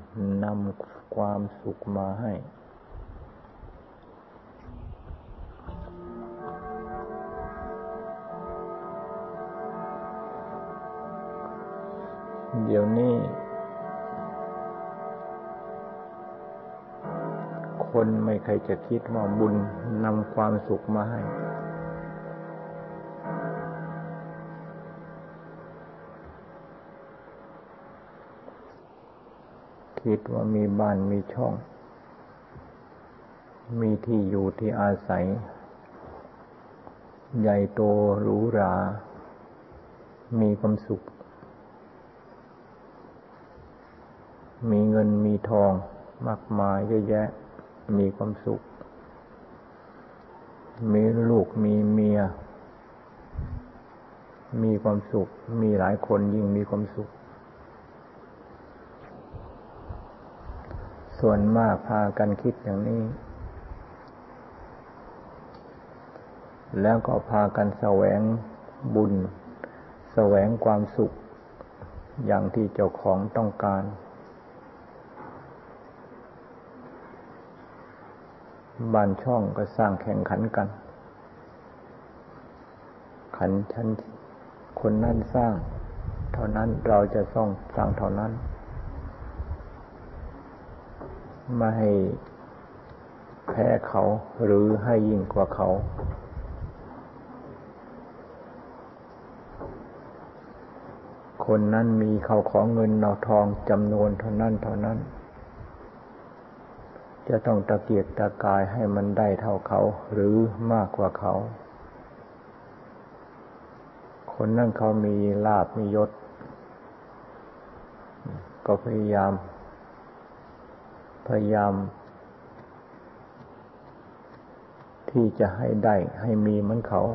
นำความสุขมาให้เดี๋ยวนี้คนไม่เคยจะคิดว่าบุญนำความสุขมาให้คิดว่ามีบ้านมีช่องมีที่อยู่ที่อาศัยใหญ่โตหรูหรามีความสุขมีเงินมีทองมากมายเยอะแยะมีความสุขมีลูกมีเมียมีความสุขมีหลายคนยิ่งมีความสุขส่วนมากพากันคิดอย่างนี้แล้วก็พากันแสวงบุญแสวงความสุขอย่างที่เจ้าของต้องการบ้านช่องก็สร้างแข่งขันกันขันชั้นคนนั้นสร้างเท่านั้นเราจะสร้างเท่านั้นไม่ให้แพ้เขาหรือให้ยิ่งกว่าเขาคนนั้นมีเข้าของเงินเอาทองจำนวนเท่านั้นจะต้องตะเกียกตะกายให้มันได้เท่าเขาหรือมากกว่าเขาคนนั้นเขามีลาภมียศก็พยายามที่จะให้ได้ให้มีเหมือนเขา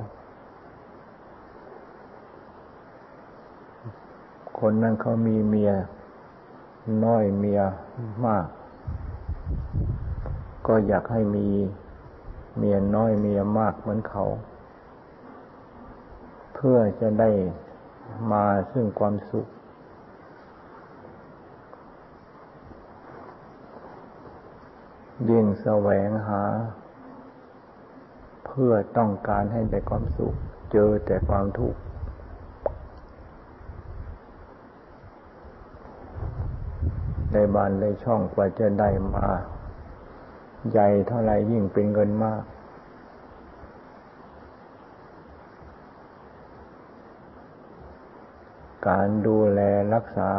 คนนั้นเขามีเมียน้อยเมียมากก็อยากให้มีเมียน้อยเมียมากเหมือนเขาเพื่อจะได้มาซึ่งความสุขยิ่งแสวงหาเพื่อต้องการให้ได้ความสุขเจอแต่ความทุกข์ในบ้านในช่องกว่าจะได้มาใหญ่เท่าไรยิ่งเป็นเงินมากการดูแลรักษา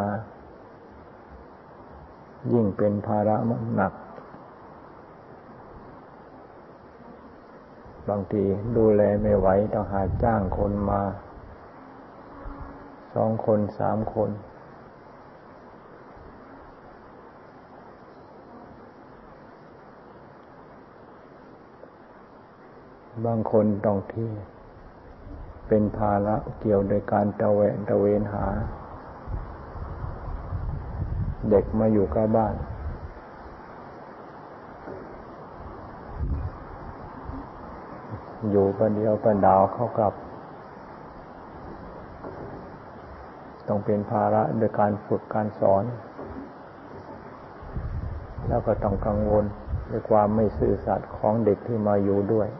ยิ่งเป็นภาระหนักบางทีดูแลไม่ไหวต้องหาจ้างคนมา2 คน 3 คนบางคนต้องที่เป็นภาระเกี่ยวโดยการตระเวนหาเด็กมาอยู่กับบ้านอยู่ประเดียวประดาวเข้ากลับต้องเป็นภาระโดยการฝึกการสอนแล้วก็ต้องกังวลด้วยความไม่ซื่อสัตย์ของเด็กที่มาอยู่ด้วย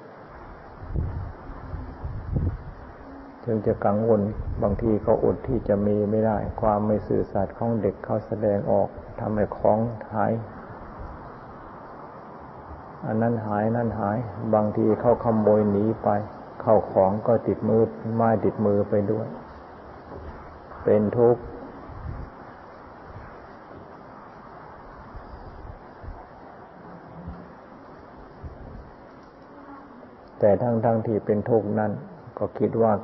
จึงจะกังวลบางทีเขาอดที่จะมีไม่ได้ความไม่ซื่อสัตย์ของเด็กเขาแสดงออกทำให้ของหายอันนั้นหายนั่นหายบางทีเขาขโมยหนีไปเข้าของก็ติดมือไม้ติดมือไปด้วยเป็นทุกข์แต่ทั้งที่เป็นทุกข์นั้นก็คิดว่า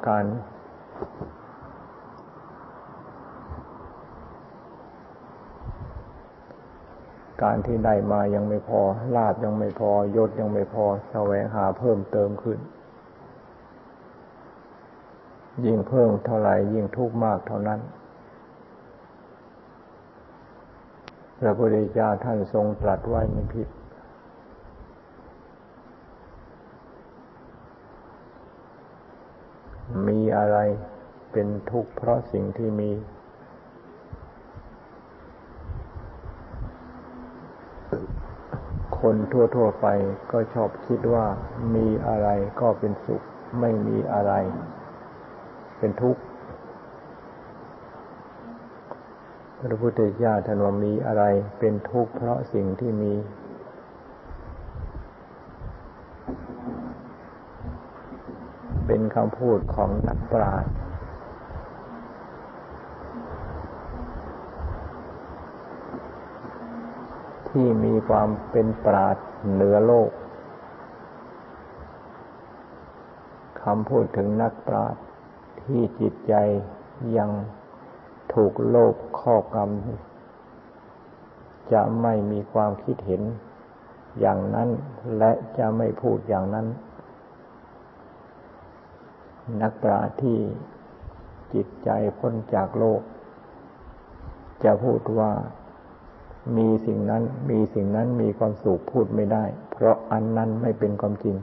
การที่ได้มายังไม่พอลาภยังไม่พอยศยังไม่พอแสวงหาเพิ่มเติมขึ้นยิ่งเพิ่มเท่าไหร่ยิ่งทุกข์มากเท่านั้นพระพุทธเจ้าท่านทรงตรัสไว้ไม่ผิดมีอะไรเป็นทุกข์เพราะสิ่งที่มีคนทั่วๆไปก็ชอบคิดว่ามีอะไรก็เป็นสุขไม่มีอะไรเป็นทุกข์พระพุทธเจ้าท่านว่ามีอะไรเป็นทุกข์เพราะสิ่งที่มีเป็นคำพูดของนักปราชญ์ที่มีความเป็นปราชญ์เหนือโลกคำพูดถึงนักปราชญ์ที่จิตใจยังถูกโลกครอบงำจะไม่มีความคิดเห็นอย่างนั้นและจะไม่พูดอย่างนั้นนักปราชญ์ที่จิตใจพ้นจากโลกจะพูดว่ามีสิ่งนั้นมีสิ่งนั้นมีความสุขพูดไม่ได้เพราะอันนั้นไม่เป็นความจริง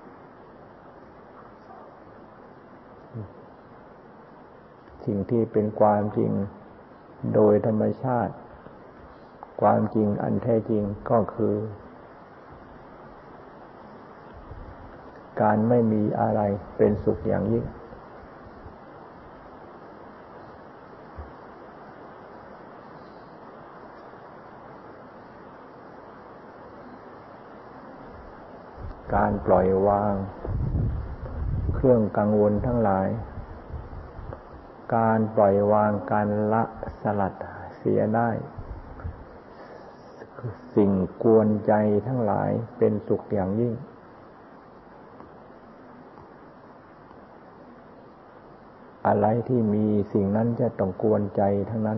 สิ่งที่เป็นความจริงโดยธรรมชาติความจริงอันแท้จริงก็คือการไม่มีอะไรเป็นสุขอย่างยิ่งการปล่อยวางเครื่องกังวลทั้งหลายการปล่อยวางการละสลัดเสียได้สิ่งกวนใจทั้งหลายเป็นสุขอย่างยิ่งอะไรที่มีสิ่งนั้นจะต้องกวนใจทั้งนั้น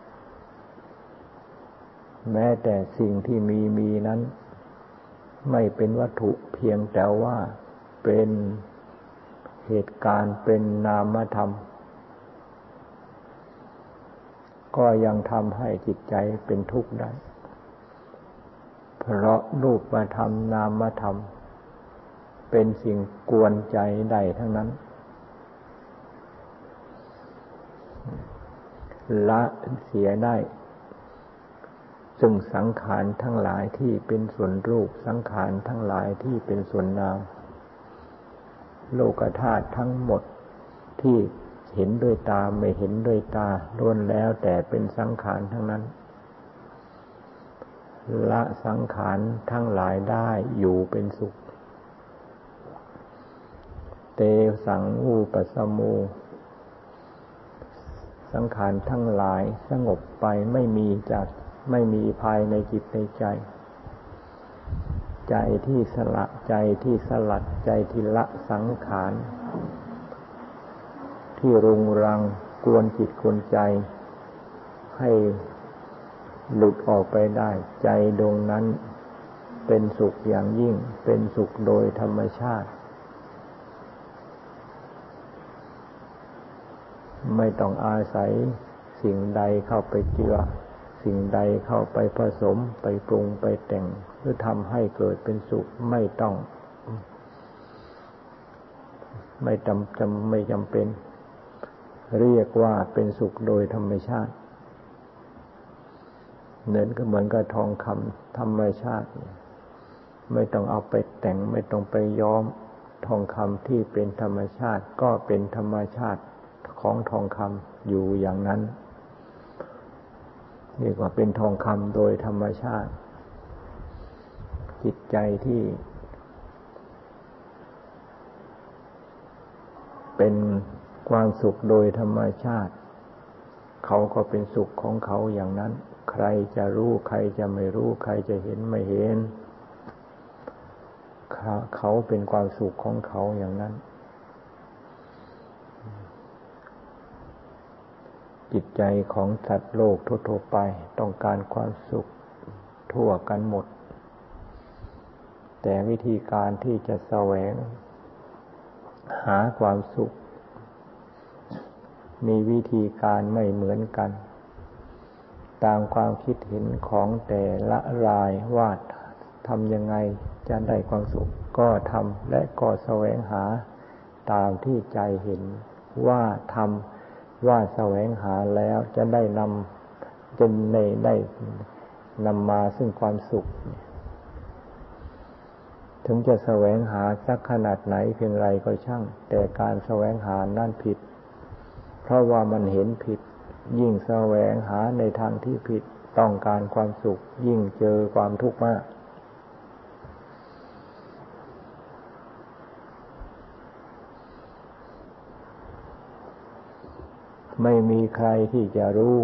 แม้แต่สิ่งที่มีนั้นไม่เป็นวัตถุเพียงแต่ว่าเป็นเหตุการณ์เป็นนามธรรมก็ยังทำให้จิตใจเป็นทุกข์ได้เพราะรูปธรรมนามธรรมเป็นสิ่งกวนใจได้ทั้งนั้นละเสียได้ซึ่งสังขารทั้งหลายที่เป็นส่วนรูปสังขารทั้งหลายที่เป็นส่วนนามโลกธาตุทั้งหมดที่เห็นด้วยตาไม่เห็นด้วยตาล้วนแล้วแต่เป็นสังขารทั้งนั้นละสังขารทั้งหลายได้อยู่เป็นสุขเตสังอูปสัมโมสังขารทั้งหลายสงบไปไม่มีภายในจิตในใจใจที่สละใจที่สลัดใจที่ละสังขารที่รุงรังกวนจิตกวนใจให้หลุดออกไปได้ใจดวงนั้นเป็นสุขอย่างยิ่งเป็นสุขโดยธรรมชาติไม่ต้องอาศัยสิ่งใดเข้าไปเจือสิ่งใดเข้าไปผสมไปปรุงไปแต่งหรือทำให้เกิดเป็นสุขไม่จำเป็นเรียกว่าเป็นสุขโดยธรรมชาติเหมือนกับทองคำธรรมชาติไม่ต้องเอาไปแต่งไม่ต้องไปย้อมทองคำที่เป็นธรรมชาติก็เป็นธรรมชาติของทองคำอยู่อย่างนั้นเรียกว่าเป็นทองคำโดยธรรมชาติจิตใจที่เป็นความสุขโดยธรรมชาติเขาก็เป็นสุขของเขาอย่างนั้นใครจะรู้ใครจะไม่รู้ใครจะเห็นไม่เห็นเขาเป็นความสุขของเขาอย่างนั้นจิตใจของสัตว์โลกทั่วๆไปต้องการความสุขทั่วกันหมดแต่วิธีการที่จะแสวงหาความสุขมีวิธีการไม่เหมือนกันตามความคิดเห็นของแต่ละรายว่าทำยังไงจะได้ความสุขก็ทำและก็แสวงหาตามที่ใจเห็นว่าทำว่าแสวงหาแล้วจะได้นำมาซึ่งความสุขถึงจะแสวงหาสักขนาดไหนเพียงไรก็ช่างแต่การแสวงหานั่นผิดเพราะว่ามันเห็นผิดยิ่งแสวงหาในทางที่ผิดต้องการความสุขยิ่งเจอความทุกข์มากไม่มีใครที่จะรู้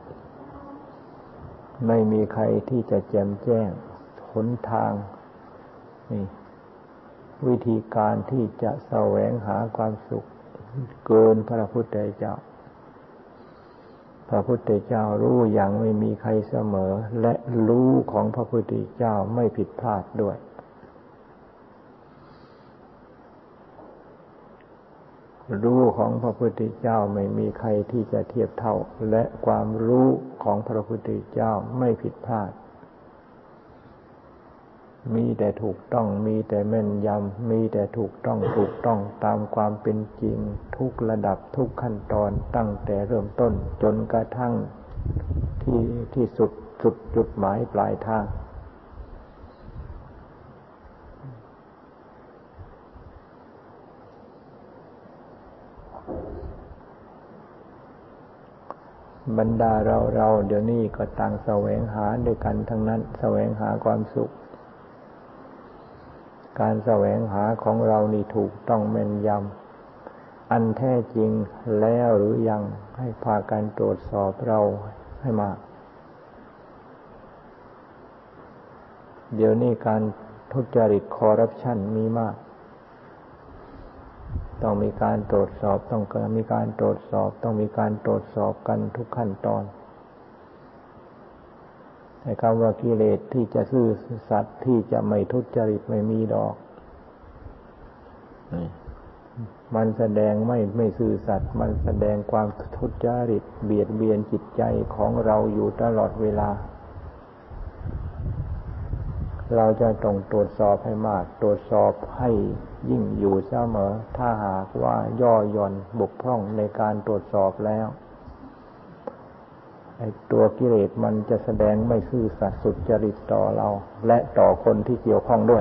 ไม่มีใครที่จะแจ่มแจ้งหนทางนี่วิธีการที่จะแสวงหาความสุขเกินพระพุทธเจ้าพระพุทธเจ้ารู้อย่างไม่มีใครเสมอและรู้ของพระพุทธเจ้าไม่ผิดพลาดด้วยรู้ของพระพุทธเจ้าไม่มีใครที่จะเทียบเท่าและความรู้ของพระพุทธเจ้าไม่ผิดพลาดมีแต่ถูกต้องมีแต่แม่นยำมีแต่ถูกต้องตามความเป็นจริงทุกระดับทุกขั้นตอนตั้งแต่เริ่มต้นจนกระทั่งที่สุดจุดหมายปลายทางบรรดาเราเดี๋ยวนี้ก็ต่างแสวงหาด้วยกันทั้งนั้นแสวงหาความสุขการแสวงหาของเรานี่ถูกต้องแม่นยำอันแท้จริงแล้วหรือยังให้พากันตรวจสอบเราให้มากเดี๋ยวนี้การทุจริตคอร์รัปชันมีมากต้องมีการตรวจสอบต้องมีการตรวจสอบกันทุกขั้นตอนไอ้คำว่ากิเลสที่จะซื่อสัตย์ที่จะไม่ทุจริตไม่มีดอกมันแสดงไม่ซื่อสัตย์มันแสดงความทุจริตเบียดเบียนจิตใจของเราอยู่ตลอดเวลาเราจะต้องตรวจสอบให้มากตรวจสอบให้ยิ่งอยู่เสมอถ้าหากว่าย่อหย่อนบกพร่องในการตรวจสอบแล้วไอ้ตัวกิเลสมันจะแสดงไม่ซื่อสัตย์สุจริตต่อเราและต่อคนที่เกี่ยวข้องด้วย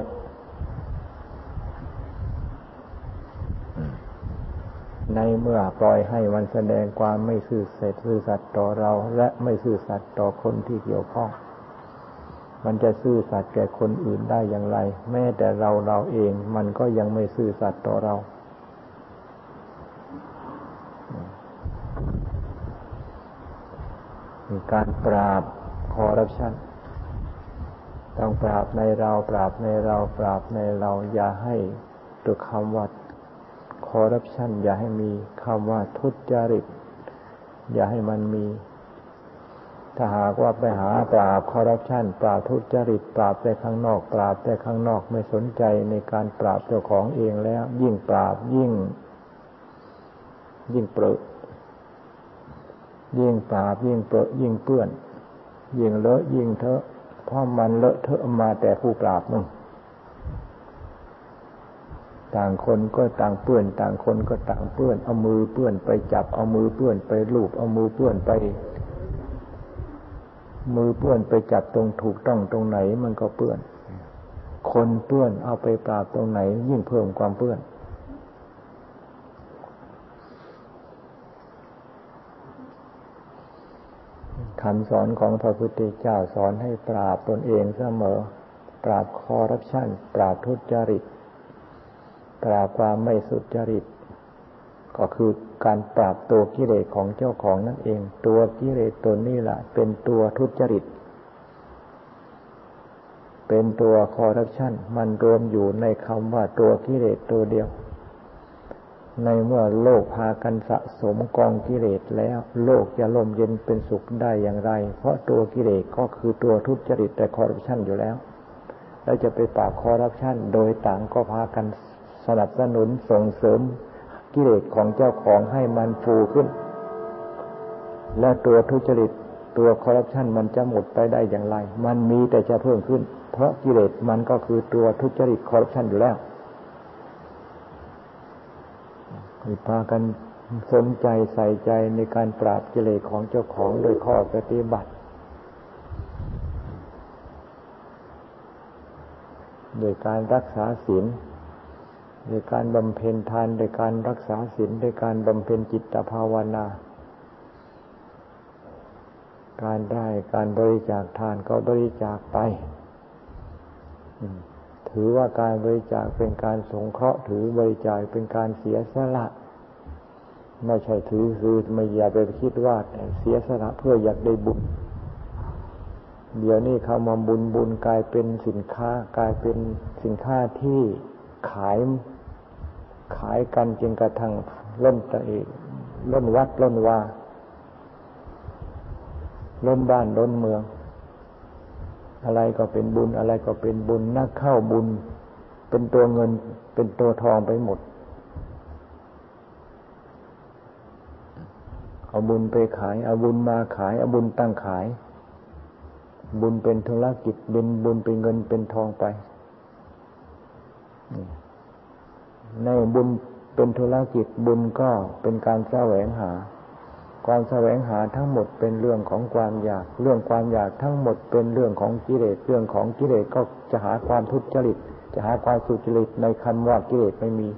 ในเมื่อปล่อยให้มันแสดงความไม่ซื่อสัตย์ต่อเราและไม่ซื่อสัตย์ต่อคนที่เกี่ยวข้องมันจะซื่อสัตย์แก่คนอื่นได้อย่างไรแม้แต่เราเองมันก็ยังไม่ซื่อสัตย์ต่อเราการปราบคอร์รัปชันต้องปราบในเราอย่าให้ตัวคำว่าคอร์รัปชันอย่าให้มีคำว่าทุจริตอย่าให้มันมีถ้าหากว่าไปหาปราบคอร์รัปชันปราบทุจริตปราบแต่ข้างนอกไม่สนใจในการปราบเจ้าของเองแล้วยิ่งปราบยิ่งเปรอะยิ่งปราบยิ่งเปรอะยิ่งเปื้อนยิ่งเลอะยิ่งเทอะเพราะมันเลอะเทอะมาแต่ผู้ปราบนั่นต่างคนก็ต่างเปื้อนเอามือเปื้อนไปจับเอามือเปื้อนไปลูบเอามือเปื้อนไปจับตรงถูกต้องตรงไหนมันก็เปื้อนคนเปื้อนเอาไปปราบตรงไหนยิ่งเพิ่มความเปื้อนคำสอนของพระพุทธเจ้าสอนให้ปราบตนเองเสมอปราบคอร์รัปชันปราบทุจริตปราบความไม่สุจริตก็คือการปราบตัวกิเลสของเจ้าของนั่นเองตัวกิเลสตัวนี้แหละเป็นตัวทุจริตเป็นตัวคอร์รัปชันมันรวมอยู่ในคำว่าตัวกิเลสตัวเดียวในเมื่อโลกพากันสะสมกองกิเลสแล้วโลกจะร่มเย็นเป็นสุขได้อย่างไรเพราะตัวกิเลสก็คือตัวทุจริตแต่คอร์รัปชันอยู่แล้วแล้วจะไปปราบคอร์รัปชันโดยต่างก็พากันสนับสนุนส่งเสริมกิเลสของเจ้าของให้มันฟูขึ้นและตัวทุจริตตัวคอร์รัปชันมันจะหมดไปได้อย่างไรมันมีแต่จะเพิ่มขึ้นเพราะกิเลสมันก็คือตัวทุจริตคอร์รัปชันอยู่แล้วให้พากันสนใจใส่ใจในการปราบกิเลสของเจ้าของโดยข้อปฏิบัติโดยการรักษาศีลโดยการบำเพ็ญทานโดยการรักษาศีลโดยการบำเพ็ญจิตภาวนาการได้การบริจาคทานก็บริจาคไปถือว่าการบริจาคเป็นการสงเคราะห์ถือบริจาคเป็นการเสียสละไม่ใช่ถือคือไม่อย่าไปคิดว่าเสียสละเพื่ออยากได้บุญเดี๋ยวนี้คำว่าบุญกลายเป็นสินค้ากลายเป็นสินค้าที่ขายกันจนกระทั่งล้นตะเอกล้นวัดล้นวาล้นบ้านล้นเมืองอะไรก็เป็นบุญอะไรก็เป็นบุญนักเข้าบุญเป็นตัวเงินเป็นตัวทองไปหมดเอาบุญไปขายเอาบุญมาขายเอาบุญตั้งขายบุญเป็นธุรกิจบุญเป็นเงินเป็นทองไปในบุญเป็นธุรกิจบุญก็เป็นการแสวงหาความแสวงหาทั้งหมดเป็นเรื่องของความอยากเรื่องความอยากทั้งหมดเป็นเรื่องของกิเลสเรื่องของกิเลสก็จะหาความทุจริตจะหาความสุจริตในคำว่ากิเลสไม่มี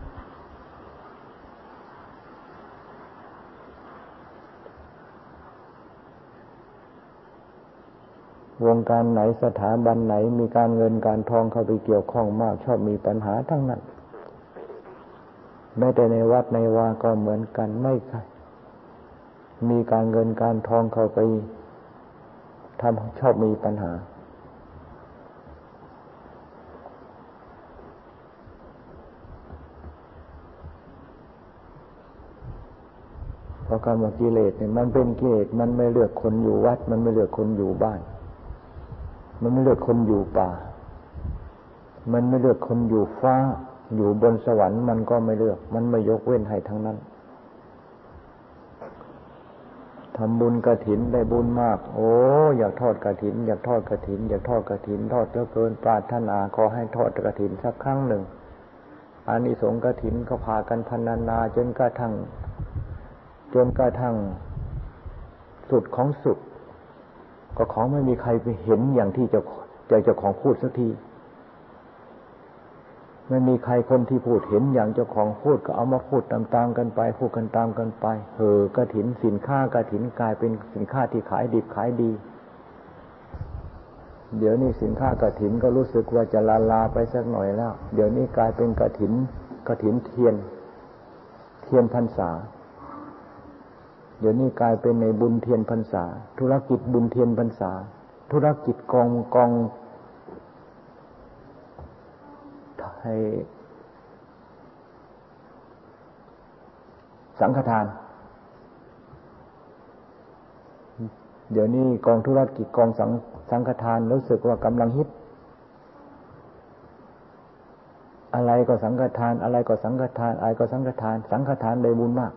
วงการไหนสถาบันไหนมีการเงินการทองเข้าไปเกี่ยวข้องมากชอบมีปัญหาทั้งนั้นแม้แต่ในวัดในวาก็เหมือนกันไม่ค่ะมีการเงินการทองเข้าไปทำชอบมีปัญหาเพราะคำว่ากิเลสเนี่ยมันเป็นกิเลสมันไม่เลือกคนอยู่วัดมันไม่เลือกคนอยู่บ้านมันไม่เลือกคนอยู่ป่ามันไม่เลือกคนอยู่ฟ้าอยู่บนสวรรค์มันก็ไม่เลือกมันไม่ยกเว้นให้ทั้งนั้นทำบุญกฐินได้บุญมากโอ้อยากทอดกฐินอยากทอดกฐินอยากทอดกฐินทอดเหลือเกินปรารถนาขอให้ทอดกฐินสักครั้งหนึ่งอานิสงส์กฐินก็พากันพรรณนาจนกระทั่งสุดของสุดก็ของไม่มีใครไปเห็นอย่างที่เจ้าของพูดสักทีไม่มีใครคนที่พูดเห็นอย่างเจ้าของพูดก็เอามาพูดตามๆกันไปพูดกันตามกันไปกฐินสินค้ากฐินกลายเป็นสินค้าที่ขายดิบขายดีเดี๋ยวนี้สินค้ากฐินก็รู้สึกว่าจะลาไปสักหน่อยแล้วเดี๋ยวนี้กลายเป็นกฐินเทียนพรรษาเดี๋ยวนี้กลายเป็นในบุญเทียนพรรษาธุรกิจบุญเทียนพรรษาธุรกิจกองให้สังฆทานเดี๋ยวนี้กองธุรกิจกองสังฆทานรู้สึกว่ากำลังฮิตอะไรก็สังฆทานอะไรก็สังฆทานอะไรก็สังฆทานสังฆทานได้บุญมาก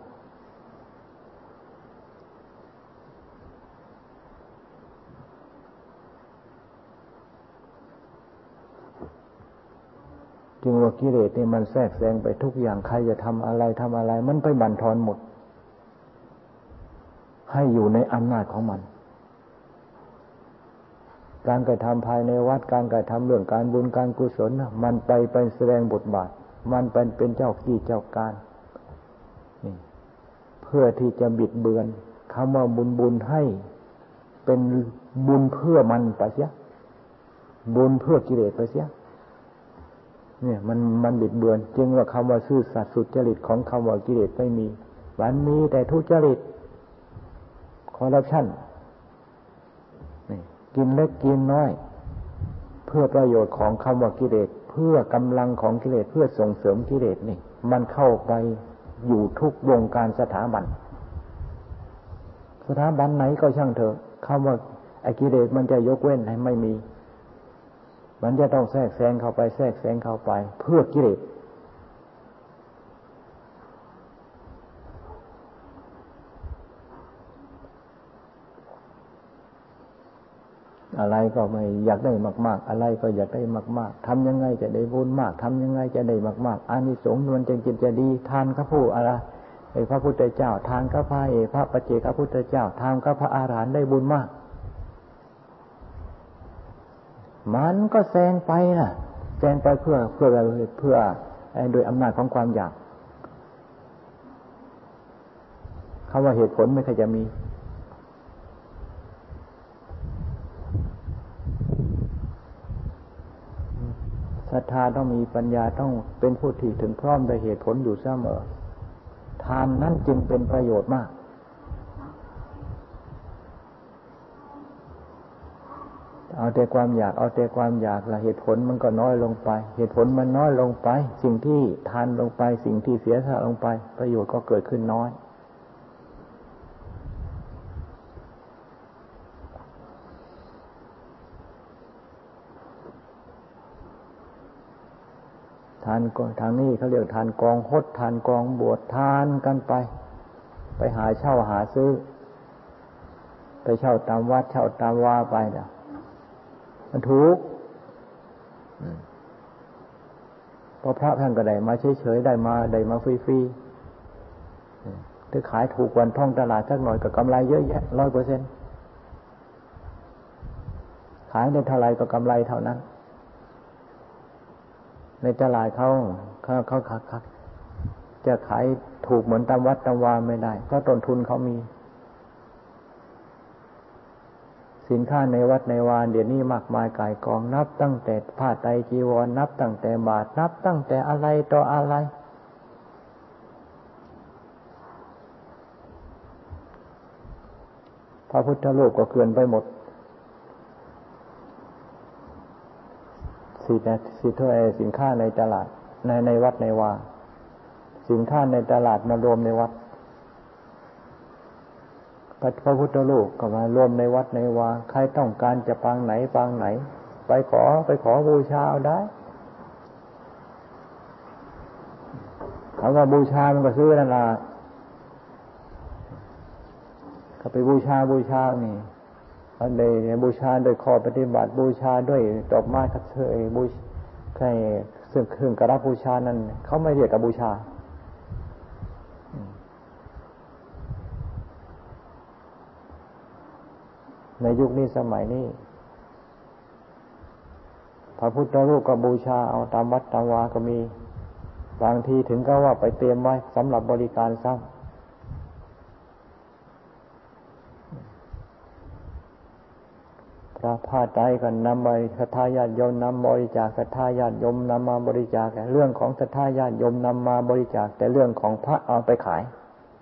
จึงว่ากิเลสนี่มันแทรกแซงไปทุกอย่างใครจะทำอะไรมันไปบั่นทอนหมดให้อยู่ในอำนาจของมันการกระทำภายในวัดการกระทำเรื่องการบุญการกุศลมันไปแสดงบทบาทมันเป็นเจ้าที่เจ้าการนี่เพื่อที่จะบิดเบือนคำว่าบุญให้เป็นบุญเพื่อมันไปเสียบุญเพื่อกิเลสไปเสียเนี่ยมันบิดเบือนจึงว่าคำว่าซื่อสัตย์สุจริตของคำว่ากิเลสไม่มีมันมีแต่ทุจริตคอร์รัปชันนี่กินเล็กกินน้อยเพื่อประโยชน์ของคำว่ากิเลสเพื่อกำลังของกิเลสเพื่อส่งเสริมกิเลสนี่มันเข้าไปอยู่ทุกวงการสถาบันไหนก็ช่างเถอะคำว่าไอ้กิเลสมันจะยกเว้นให้ไม่มีมันจะต้องแทรกแซงเข้าไปเพื่อกิเลสอะไรก็ไม่อยากได้มากๆอะไรก็อยากได้มากๆทำยังไงจะได้บุญมากทำยังไงจะได้มากๆอานิสงส์มันจะดีทานกับผู้อะไรพระพุทธเจ้าทานกับพระปัจเจกพุทธเจ้าทานกับพระอรหันต์ได้บุญมากมันก็แซงไปนะซงไปเพื่อโดยอำนาจของความอยากคำว่าเหตุผลไม่เคยจะมีศรัทธาต้องมีปัญญาต้องเป็นผู้ที่ถึงพร้อมด้วยเหตุผลอยู่เสมอทานนั้นจึงเป็นประโยชน์มากเอาแต่ความอยากละเหตุผลมันก็น้อยลงไปเหตุผลมันน้อยลงไปสิ่งที่ทานลงไปสิ่งที่เสียสละลงไปประโยชน์ก็เกิดขึ้นน้อยทานก็ทางนี้เขาเรียกทานกองฮดทานกองบวชทานกันไปหาเช่าหาซื้อไปเช่าตามวัดเช่าตามวาไปเนี่ยมันถูกเพราะพระท่านก็ได้มาเฉยๆได้มาฟรีๆถ้าขายถูกกว่าท้องตลาดสักหน่อยก็กำไรเยอะแยะ 100% ขายได้เท่าไรก็กำไรเท่านั้นในตลาดเขาจะขายถูกเหมือนตามวัดตามวาไม่ได้เพราะต้นทุนเขามีสินค้าในวัดในวาเดี๋ยวนี้มากมายก่ายกองนับตั้งแต่ผ้าไตรจีวรนับตั้งแต่บาทนับตั้งแต่อะไรต่ออะไรพระพุทธรูปก็เกลื่อนไปหมดสินค้าในตลาดในวัดในวาสินค้าในตลาดมารวมในวัดพระพุทธรูปก็มารวมในวัดในวาใครต้องการจะปางไหนไปขอบูชาเอาได้เขาว่าบูชามันก็ซื้อนั่นล่ะเขาไปบูชานี่อันใดบูชาโดยข้อปฏิบัติบูชาด้วยดอกไม้กระเทยบูชาใครซึ่งเครื่องกราบบูชานั้นเขาไม่เรียกกับบูชาในยุคนี้สมัยนี้พระพุทธรูปก็บูชาเอาตามวัดตามวาก็มีบางทีถึงก็ว่าไปเตรียมไว้สำหรับบริการซ้ำพระผ้าไตรก็นำไปศรัทธาญาติโยมนำบริจาคศรัทธาญาติโยมนำมาบริจาคเรื่องของศรัทธาญาติโยมนำมาบริจาคแต่เรื่องของพระเอาไปขาย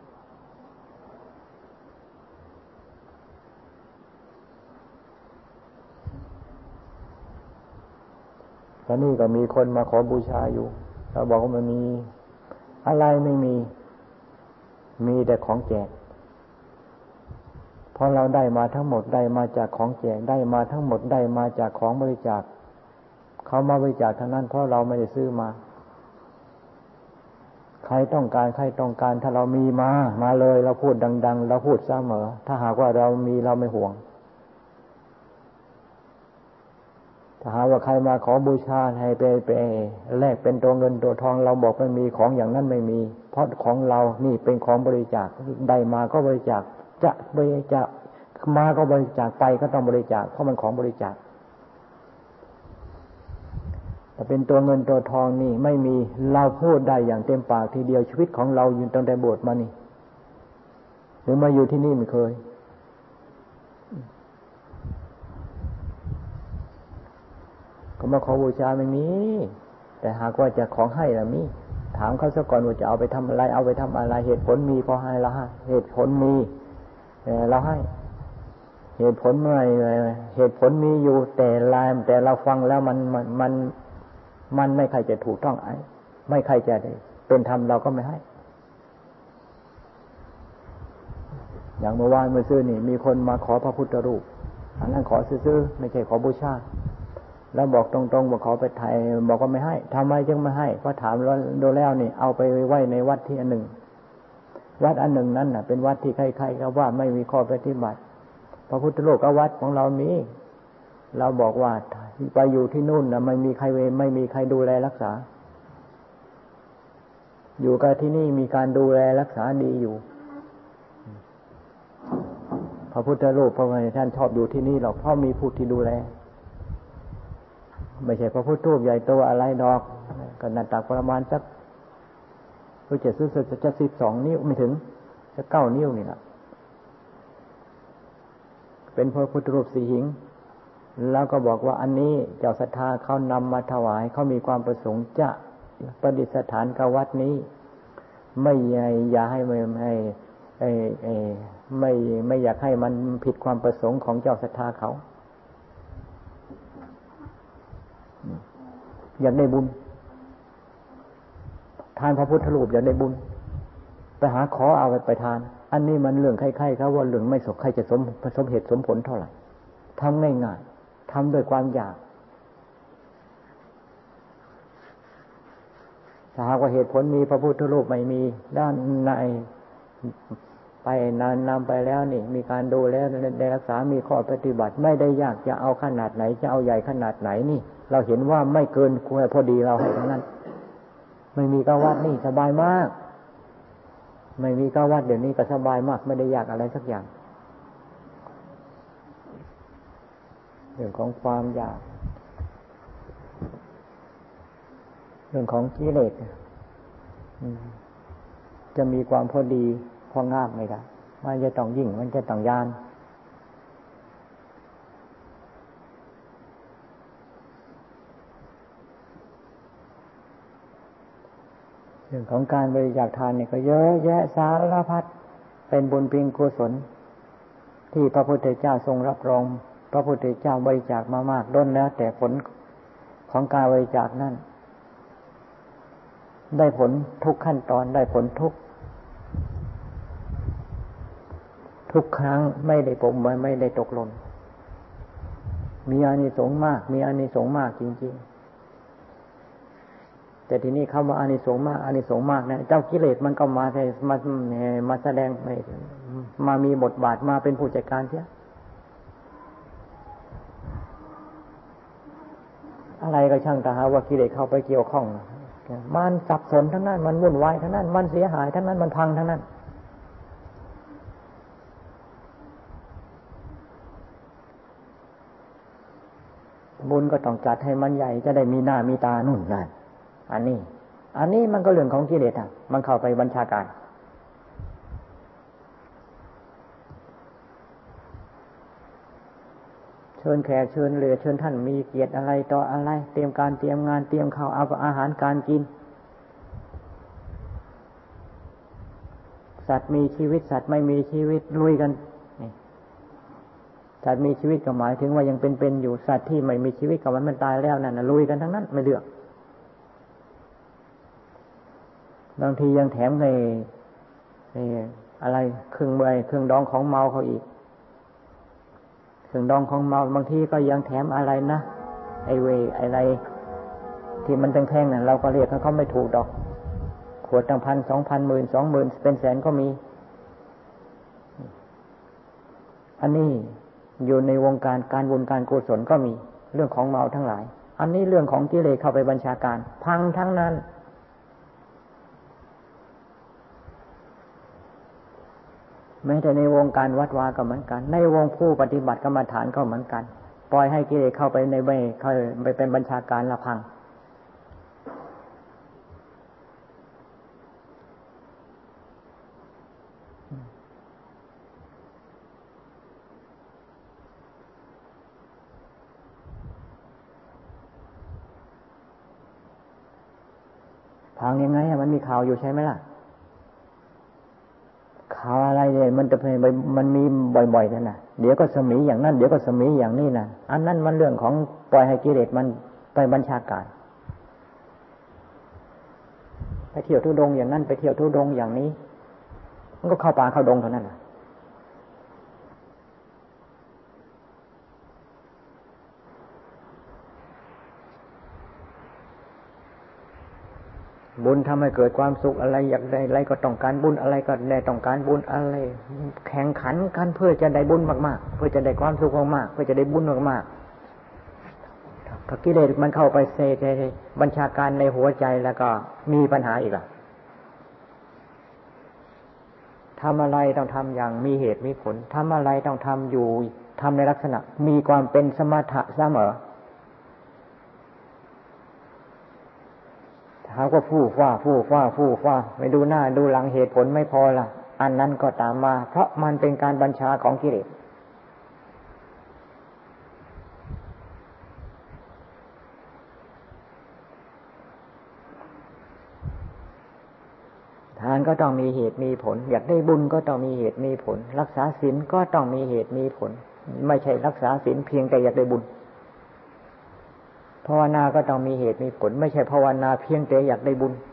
ตอนนี้ก็มีคนมาขอบูชาอยู่เราบอกว่ามันมีอะไรไม่มีแต่ของแจกเพราะเราได้มาทั้งหมดได้มาจากของแจกได้มาทั้งหมดได้มาจากของบริจาคเขามาบริจาคทั้งนั้นเพราะเราไม่ได้ซื้อมาใครต้องการถ้าเรามีมาเลยเราพูดดังๆเราพูดเสมอถ้าหากว่าเรามีเราไม่ห่วงถ้าหากว่าใครมาขอบูชาให้ไปแลกเป็นตัวเงินตัวทองเราบอกไม่มีของอย่างนั้นไม่มีเพราะของเรานี่เป็นของบริจาคได้มาก็บริจาคจะบริจาคมาก็บริจาคไปก็ต้องบริจาคเพราะมันของบริจาคแต่เป็นตัวเงินตัวทองนี่ไม่มีเราพูดได้อย่างเต็มปากทีเดียวชีวิตของเราอยู่ตั้งแต่บวชมานี่หรือมาอยู่ที่นี่ไม่เคยก็มาขอบูชาไม่มีแต่หากว่าจะของให้ล่ะมีถามเขาซะก่อนว่าจะเอาไปทำอะไรเหตุผลมีพอให้ละเหตุผลมีเราให้เหตุผลไม่เหตุผลมีอยู่แต่เราฟังแล้วมันไม่ใครจะถูกต้องไม่ใครจะเป็นธรรมเราก็ไม่ให้อย่างเมื่อวานเมื่อซื้อนี่มีคนมาขอพระพุทธรูปอันนั้นขอซื้อไม่ใช่ขอบูชาแล้วบอกตรงๆว่าขอไปไทยบอกว่าไม่ให้ทำไมจึงไม่ให้เพราะถามดูแล้วนี่เอาไปไว้ในวัดที่อันหนึ่งวัดอันหนึ่งนั้นน่ะเป็นวัดที่ใครๆก็ว่าไม่มีข้อปฏิบัติพระพุทธรูปก็วัดของเรามีเราบอกว่าไปอยู่ที่นู่นน่ะไม่มีใครดูแลรักษาอยู่กับที่นี่มีการดูแลรักษาดีอยู่พระพุทธรูปพระพุทธท่านชอบอยู่ที่นี่หรอกเพราะมีผู้ที่ดูแลไม่ใช่พระพุทธรูปใหญ่โตอะไรดอกก็หน้าตักประมาณสักจะ12 นิ้วไม่ถึงจะ9 นิ้วนี่แหละเป็นพระพุทธรูปสีหิงแล้วก็บอกว่าอันนี้เจ้าศรัทธาเขานำมาถวายเขามีความประสงค์จะประดิษฐานกับวัดนี้ไม่อย่าให้ไม่อยากให้มันผิดความประสงค์ของเจ้าศรัทธาเขาอยากได้บุญทานพระพุทธรูปอยากได้บุญไปหาขอเอาไปทานอันนี้มันเรื่องใครๆเขาว่าเรื่องไม่สมใครจะสมเหตุสมผลเท่าไหร่ทำง่ายๆทำด้วยความอยากถ้าหากว่าเหตุผลมีพระพุทธรูปไม่มีด้านในไปนำไปแล้วนี่มีการดูแลได้รักษามีข้อปฏิบัติไม่ได้ยากจะเอาขนาดไหนจะเอาใหญ่ขนาดไหนนี่เราเห็นว่าไม่เกินควรพอดีเราให้ทั้งนั้นไม่มีก็วัดนี่สบายมากไม่มีก็วัดเดี๋ยวนี้ก็สบายมากไม่ได้ยากอะไรสักอย่างเรื่องของความอยากเรื่องของกิเลสจะมีความพอดีพองามไม่ได้มันจะต้องยิ่งมันจะต้องยานเรื่องของการบริจาคทานเนี่ยก็เยอะแยะสารพัดเป็นบุญเพียงกุศลที่พระพุทธเจ้าทรงรับรองพระพุทธเจ้าบริจาคมามากล้นแล้วแต่ผลของการบริจาคนั้นได้ผลทุกขั้นตอนได้ผลทุกครั้งไม่ได้ปมไว้ไม่ได้ตกหล่นมีอานิสงส์มากมีอานิสงส์มากจริงๆแต่ทีนี้คำว่าอานิสงส์มากอานิสงส์มากเนี่ยเจ้ากิเลสมันก็มาแสดงมามีบทบาทมาเป็นผู้จัดการเสียอะไรก็ช่างแต่หาว่ากิเลสเข้าไปเกี่ยวข้องมันสับสนทั้งนั้นมันวุ่นวายทั้งนั้นมันเสียหายทั้งนั้นมันพังทั้งนั้นบุญก็ต้องจัดให้มันใหญ่จะได้มีหน้ามีตานุ่นนั่นอันนี้มันก็เรื่องของกิเลสอ่ะมันเข้าไปบัญชาการเชิญแขกเชิญเหลือเชิญท่านมีเกียรติอะไรต่ออะไรเตรียมการเตรียมงานเตรียมข้าวเอาอาหารการกินสัตว์มีชีวิตสัตว์ไม่มีชีวิตลุยกันสัตว์มีชีวิตก็หมายถึงว่ายังเป็นอยู่สัตว์ที่ไม่มีชีวิตก็มันตายแล้วนั่นน่ะลุยกันทั้งนั้นไม่เลือกบางทียังแถมในอะไรเครื่องดองของเมาเขาอีกเครื่องดองของเมาบางทีก็ยังแถมอะไรนะอะไรที่มันแพงๆนั่นเราก็เรียกเขาไม่ถูกดอกขวดตั้ง1,000 2,000 10,000 20,000เป็นแสนก็มีอันนี้อยู่ในวงการบุญการกุศลก็มีเรื่องของเมาทั้งหลายอันนี้เรื่องของกิเลสเข้าไปบัญชาการพังทั้งนั้นแม้แต่ในวงการวัดวาก็เหมือนกันในวงผู้ปฏิบัติกรรมฐานก็เหมือนกันปล่อยให้กิเลสเข้าไปในเข้าไปเป็นบัญชาการละพังพังยังไงมันมีข่าวอยู่ใช่ไหมล่ะข่าวอะไรเนี่ยมันมีบ่อยๆนั่นน่ะเดี๋ยวก็สมีอย่างนั้นเดี๋ยวก็สมีอย่างนี้นะอันนั้นมันเรื่องของปล่อยให้กิเลสมันไปบัญชาการไปเที่ยวทุดงอย่างนั้นไปเที่ยวทุดงอย่างนี้มันก็เข้าป่าเข้าดงเท่านั้นน่ะบุญทำให้เกิดความสุขอะไรอยากได้อะไรก็ต้องการบุญอะไรก็ได้ต้องการบุญอะไรแข่งขันกันเพื่อจะได้บุญมากๆเพื่อจะได้ความสุขมากๆเพื่อจะได้บุญมากๆถ้ากิเลสมันเข้าไปเสกบัญชาการในหัวใจแล้วก็มีปัญหาอีกอ่ะทำอะไรต้องทำอย่างมีเหตุมีผลทำอะไรต้องทำอยู่ทำในลักษณะมีความเป็นสมถะเสมอเขาก็ฟู่ฟ้าไม่ดูหน้าดูหลังเหตุผลไม่พอละอันนั้นก็ตามมาเพราะมันเป็นการบัญชาของกิเลสทานก็ต้องมีเหตุมีผลอยากได้บุญก็ต้องมีเหตุมีผลรักษาศีลก็ต้องมีเหตุมีผลไม่ใช่รักษาศีลเพียงแต่อยากได้บุญภาวนาก็ต้องมีเหตุมีผลไม่ใช่ภาวนาเพียงแต่อยากได้บุญ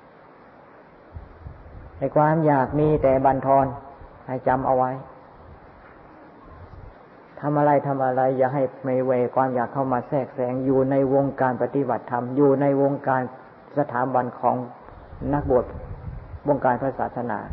ในความอยากมีแต่บั่นทอนให้จำเอาไว้ทำอะไรอย่าให้ไม่เวความอยากเข้ามาแทรกแซงอยู่ในวงการปฏิบัติธรรมอยู่ในวงการสถาบันของนักบวชวงการพระศาสนา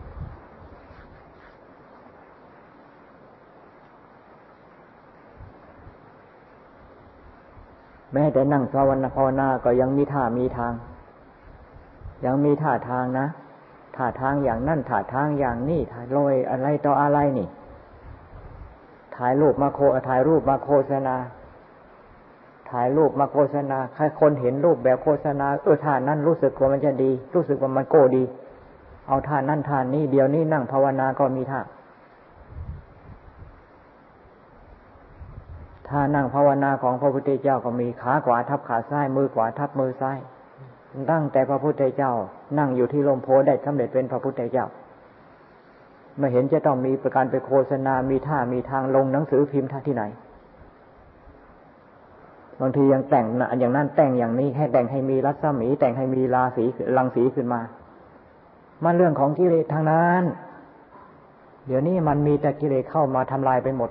แม้แต่นั่งภาวนาก็ยังมีท่ามีทางยังมีท่าทางนะท่าทางอย่างนั่นท่าทางอย่างนี้ถ่ายลอยอะไรต่ออะไรนี่ถ่ายรูปมาโฆษณาถ่ายรูปมาโฆษณาใครคนเห็นรูปแบบโฆษณาท่านั้นรู้สึกว่ามันจะดีรู้สึกว่ามันโกดีเอาท่านั้นท่านี้เดี๋ยวนี้นั่งภาวนาก็มีท่านั่งภาวนาของพระพุทธเจ้าก็มีขาขวาทับขาซ้ายมือขวาทับมือซ้ายตั้งแต่พระพุทธเจ้านั่งอยู่ที่ลมโพได้สำเร็จเป็นพระพุทธเจ้าไม่เห็นจะต้องมีประการไปโฆษณามีท่ามีทางลงหนังสือพิมพ์ที่ไหนบางทียังแต่งอย่างนั้นแต่งอย่างนี้ให้แต่งให้มีรัศมีแต่งให้มีรังสีขึ้นมามันเรื่องของกิเลสทางนั้นเดี๋ยวนี้มันมีแต่กิเลสเข้ามาทำลายไปหมด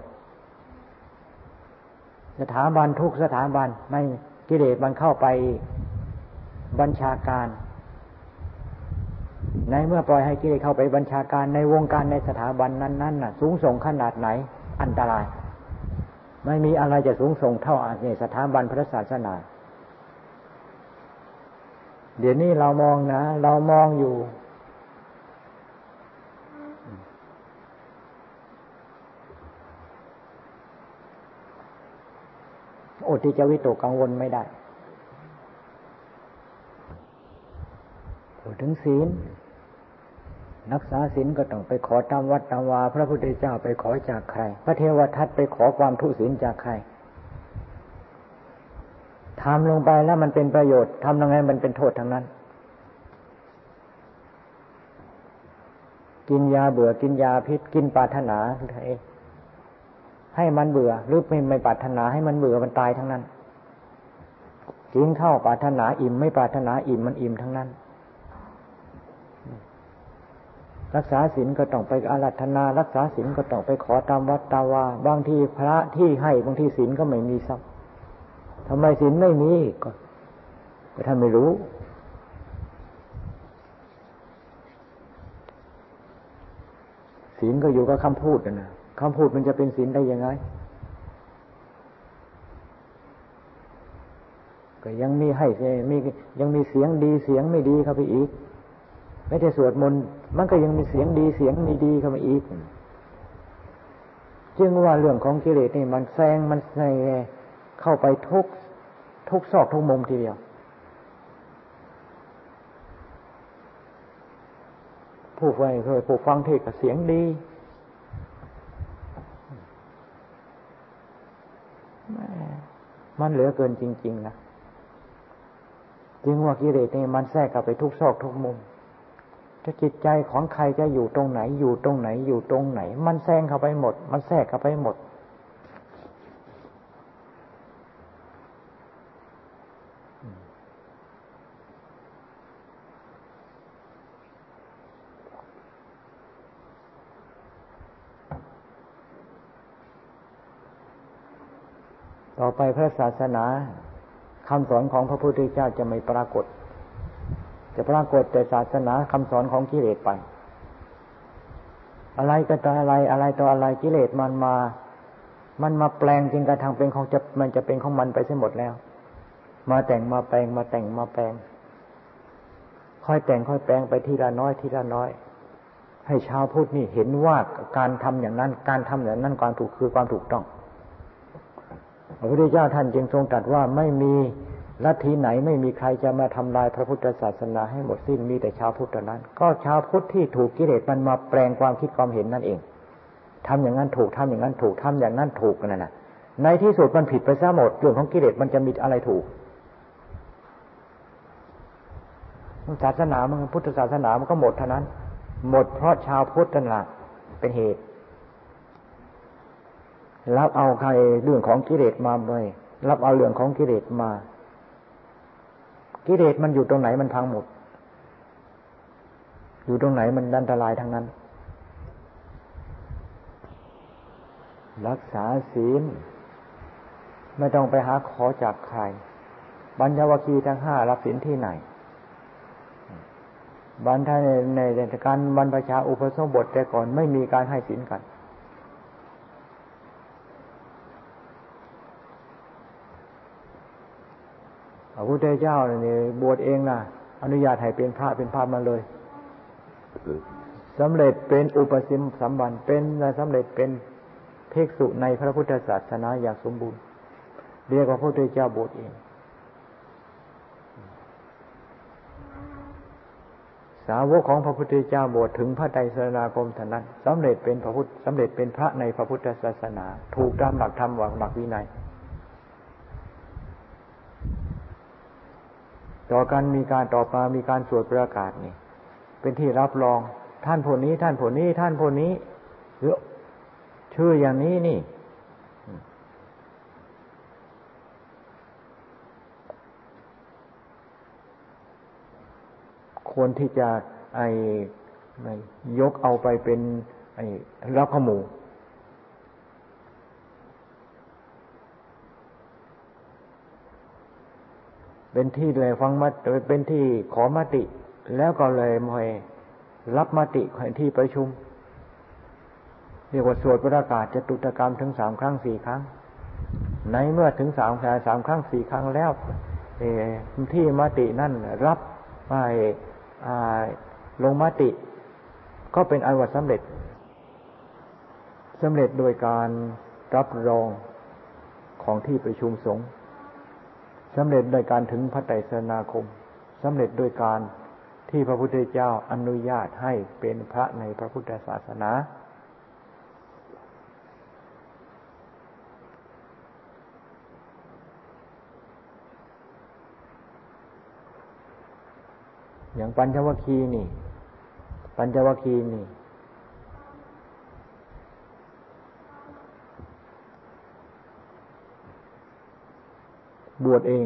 สถาบันทุกสถาบันไม่กิเลสมันเข้าไปบัญชาการในเมื่อปล่อยให้กิเลสเข้าไปบัญชาการในวงการในสถาบันนั้นๆน่ะสูงส่งขนาดไหนอันตรายไม่มีอะไรจะสูงส่งเท่าในสถาบันพระศาสนาเดี๋ยวนี้เรามองนะเรามองอยู่อดที่จะวิตกกังวลไม่ได้พูดถึงศีลรักษาศีลก็ต้องไปขอตามวัดตามวาพระพุทธเจ้าไปขอจากใครพระเทวทัตไปขอความทุศีลจากใครทำลงไปแล้วมันเป็นประโยชน์ทำยังไงมันเป็นโทษทั้งนั้นกินยาเบื่อกินยาพิษกินปรารถนาให้มันเบื่อหรือไม่ปรารถนาให้มันเบื่อมันตายทั้งนั้นกินข้าวปรารถนาอิ่มไม่ปรารถนาอิ่มมันอิ่มทั้งนั้นรักษาศีลก็ต้องไปอาราธนารักษาศีลก็ต้องไปขอตามวัดตามวาบางทีพระที่ให้บางทีศีลก็ไม่มีซักทำไมศีลไม่มีก็ท่านไม่รู้ศีลก็อยู่กับคำพูดนะคำพูดมันจะเป็นศีลได้ยังไงก็ยังมีให้ยังมีเสียงดีเสียงไม่ดีเข้าไปอีกไม่ได้สวดมนต์มันก็ยังมีเสียงดีเสียงไม่ดีเข้ามาอีกจึงว่าเรื่องของกิเลสนี่มันแซงมันเข้าไปทุกซอกทุกมุมทีเดียวผู้ฟังเทศน์ก็เสียงดีมันเหลือเกินจริงๆนะจึงว่ากิเลสนี่มันแทรกเข้าไปทุกซอกทุกมุมจะจิตใจของใครจะอยู่ตรงไหนอยู่ตรงไหนอยู่ตรงไหนมันแซงเข้าไปหมดมันแทรกเข้าไปหมดต่อไปพระศาสนาคำสอนของพระพุทธเจ้าจะไม่ปรากฏจะปรากฏแต่ศาสนาคำสอนของกิเลสไปอะไรก็ต่ออะไรต่ออะไรกิเลสมันมาแปลงจริงกระทั่งเป็นของมันจะเป็นของมันไปเสียหมดแล้วมาแต่งมาแปลงมาแต่งมาแปลงค่อยแต่งค่อยแปลงไปทีละน้อยทีละน้อยให้ชาวพุทธนี่เห็นว่าการทำอย่างนั้นการทำอย่างนั้นความถูกคือความถูกต้องพระพุทธเจ้าท่านจึงทรงตรัสว่าไม่มีลัทธิไหนไม่มีใครจะมาทำลายพระพุทธศาสนาให้หมดสิ้นมีแต่ชาวพุทธเท่านั้นก็ชาวพุทธที่ถูกกิเลสมันมาแปลงความคิดความเห็นนั่นเองทำอย่างนั้นถูกทำอย่างนั้นถูกทำอย่างนั้นถูกนั่นน่ะในที่สุดมันผิดไปซะหมดเรื่องของกิเลสมันจะมีอะไรถูกศาสนามันพุทธศาสนามันก็หมดเท่านั้นหมดเพราะชาวพุทธนั่นแหละเป็นเหตุรับเอาใครเรื่องของกิเลสมาไปรับเอาเรื่องของกิเลสมากิเลสมันอยู่ตรงไหนมันพังหมดอยู่ตรงไหนมันอันตรายทั้งนั้นรักษาศีลไม่ต้องไปหาขอจากใครปัญจวัคคีย์ทั้ง5รับศีลที่ไหนบรรทในการบรรพชาอุปสมบทแต่ก่อนไม่มีการให้ศีลกันพระพุทธเจ้าเนี่ยบวชเองนะอนุญาตให้เป็นพระเป็นพระมาเลยสำเร็จเป็นอุปสัมบันเป็นสำเร็จเป็นภิกษุในพระพุทธศาสนาอย่างสมบูรณ์เรียกว่าพระพุทธเจ้าบวชเองสาวกของพระพุทธเจ้าบวชถึงพระไตรสรณคมเท่านั้นสำเร็จเป็นพระพุทธสำเร็จเป็นพระในพระพุทธศาสนาถูกตามหลักธรรมหลักวินัยต่อกันมีการต่อมามีการสวดประกาศนี่เป็นที่รับรองท่านผู้นี้ท่านผู้นี้ท่านผู้นี้ชื่ออย่างนี้นี่ควรที่จะยกเอาไปเป็นรับขมูเป็นที่เลยฟังมาเป็นที่ขอมติแล้วก็เลยมารับมติที่ประชุมเรียกว่าสวดประกาศจตุตกรรมถึง3ครั้ง4ครั้งในเมื่อถึง3ครั้ง4ครั้งแล้วที่มตินั่นรับไปลงมติก็เป็นอันว่าสำเร็จโดยการรับรองของที่ประชุมสงฆ์สำเร็จโดยการถึงพระไตรสรณคมสำเร็จโดยการที่พระพุทธเจ้าอนุญาตให้เป็นพระในพระพุทธศาสนาอย่างปัญจวัคคีย์นี่บวชเอง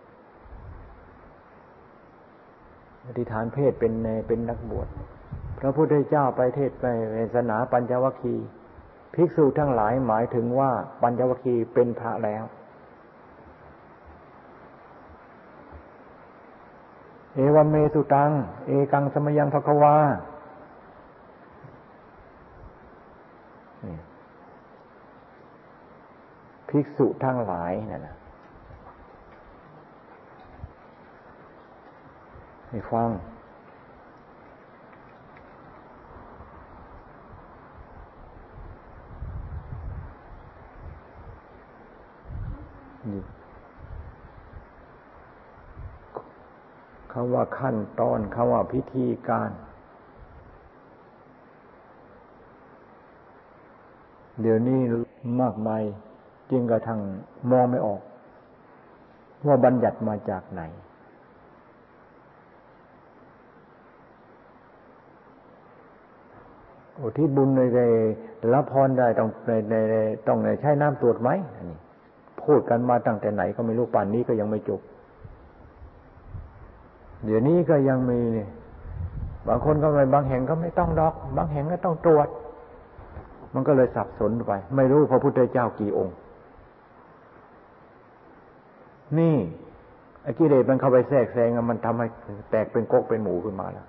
อธิษฐานเพศเป็นนักบวชพระพุทธเจ้าไปเทศน์ไปเทศนาปัญจวัคคีย์ภิกษุทั้งหลายหมายถึงว่าปัญจวัคคีย์เป็นพระแล้วเอวัมเมสุตังเอกังสมยังภควาภิกษุทั้งหลายนั่นน่ะให้ฟังนี่คำว่าขั้นตอนคำว่าพิธีการเดี๋ยวนี้มากมายจึงกระทั่งมองไม่ออกว่าบัญญัติมาจากไหนอุทิศบุญในรับพรได้ต้องใช้น้ำตรวจไหมอันนี้พูดกันมาตั้งแต่ไหนก็ไม่รู้ป่านนี้ก็ยังไม่จบเดี๋ยวนี้ก็ยังมีบางคนก็ไม่บางแห่งก็ไม่ต้องดอกบางแห่งก็ต้องตรวจมันก็เลยสับสนไปไม่รู้พระพุทธเจ้ากี่องค์นี่ไอ้กิเลสมันเข้าไปแทรกแซงมันทำให้แตกเป็นก๊กเป็นหมูขึ้นมาแล้ว